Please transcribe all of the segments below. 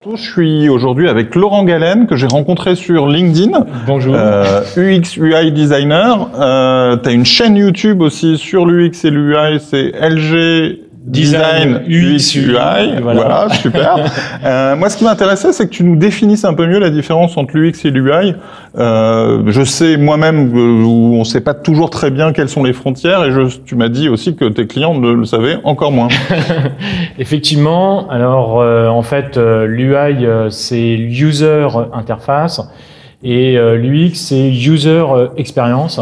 Je suis aujourd'hui avec Laurent Galen, que j'ai rencontré sur LinkedIn. Bonjour. UX UI designer. Tu as une chaîne YouTube aussi sur l'UX et l'UI, c'est LG Design UX UI. Voilà, super. Moi, ce qui m'intéressait, c'est que tu nous définisses un peu mieux la différence entre l'UX et l'UI. Je sais moi-même où on ne sait pas toujours très bien quelles sont les frontières, et tu m'as dit aussi que tes clients ne le savaient encore moins. Effectivement. Alors, en fait, l'UI, c'est User Interface, et l'UX, c'est User Experience.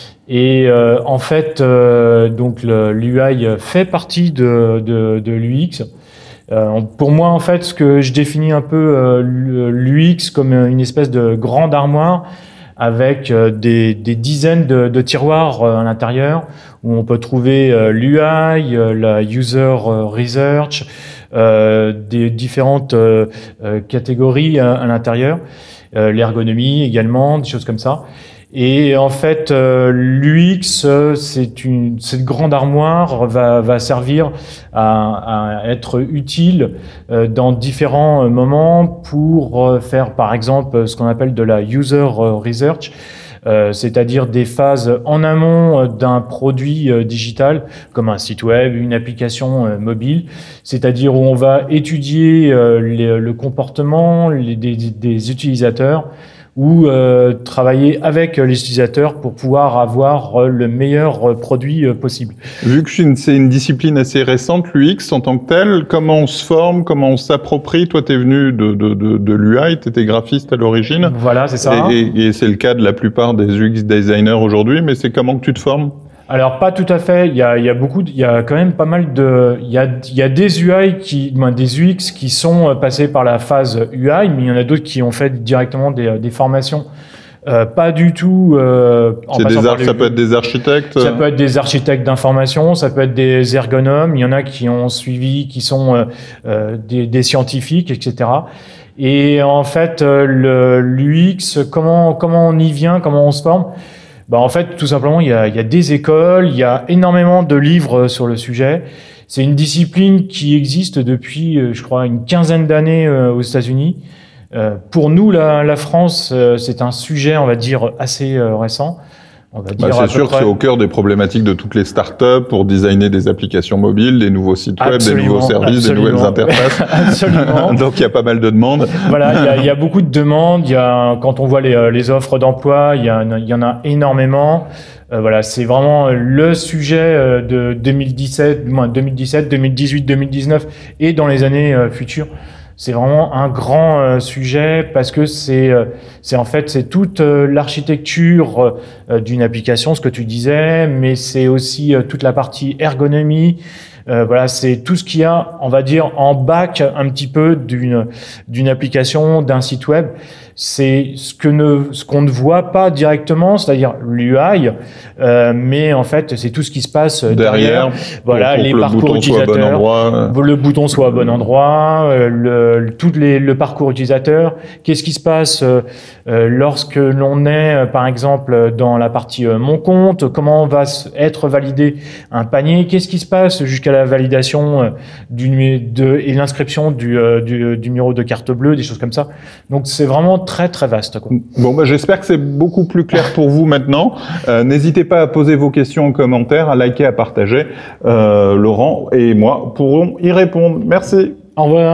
Et en fait, donc l'UI fait partie de l'UX. Pour moi, en fait, ce que je définis un peu l'UX comme une espèce de grande armoire avec des dizaines de tiroirs à l'intérieur où on peut trouver l'UI, la User Research, des différentes catégories à l'intérieur, l'ergonomie également, des choses comme ça. Et en fait, l'UX, cette grande armoire va servir à être utile dans différents moments pour faire, par exemple, ce qu'on appelle de la user research, c'est-à-dire des phases en amont d'un produit digital, comme un site web, une application mobile, c'est-à-dire où on va étudier le comportement des utilisateurs, ou travailler avec les utilisateurs pour pouvoir avoir le meilleur produit possible. Vu que c'est une discipline assez récente, l'UX en tant que telle, comment on se forme, comment on s'approprie? Toi, tu es venu de l'UI, tu étais graphiste à l'origine. Voilà, c'est ça. Et c'est le cas de la plupart des UX designers aujourd'hui, mais c'est comment que tu te formes? Alors pas tout à fait. Il y a quand même pas mal il y a des UI des UX qui sont passés par la phase UI, mais il y en a d'autres qui ont fait directement des formations. Pas du tout. Ça peut être des architectes. Ça peut être des architectes d'information, ça peut être des ergonomes. Il y en a qui ont suivi, qui sont des scientifiques, etc. Et en fait, l'UX, comment on y vient, comment on se forme? En fait, tout simplement, il y a des écoles, il y a énormément de livres sur le sujet. C'est une discipline qui existe depuis, je crois, une quinzaine d'années aux États-Unis. Pour nous, la France, c'est un sujet, on va dire, assez récent. C'est sûr que c'est au cœur des problématiques de toutes les startups pour designer des applications mobiles, des nouveaux sites web, des nouveaux services, des nouvelles interfaces. Absolument. Donc il y a pas mal de demandes. Voilà, il y a beaucoup de demandes. Quand on voit les offres d'emploi, il y en a énormément. Voilà, c'est vraiment le sujet de 2017, 2018, 2019 et dans les années futures. C'est vraiment un grand sujet parce que c'est toute l'architecture d'une application, ce que tu disais, mais c'est aussi toute la partie ergonomie. Voilà, c'est tout ce qu'il y a, on va dire, en back un petit peu d'une application, d'un site web. C'est ce qu'on ne voit pas directement, c'est-à-dire l'UI, mais en fait, c'est tout ce qui se passe derrière. Voilà, pour les que parcours utilisateurs, le bouton soit au bon endroit, le parcours utilisateur. Qu'est-ce qui se passe lorsque l'on est, par exemple, dans la partie mon compte? Comment va être validé un panier? Qu'est-ce qui se passe jusqu'à la validation et l'inscription du numéro de carte bleue, des choses comme ça. Donc c'est vraiment très très vaste, quoi. Bon, j'espère que c'est beaucoup plus clair pour vous maintenant. N'hésitez pas à poser vos questions en commentaire, à liker, à partager. Laurent et moi pourrons y répondre. Merci. Au revoir.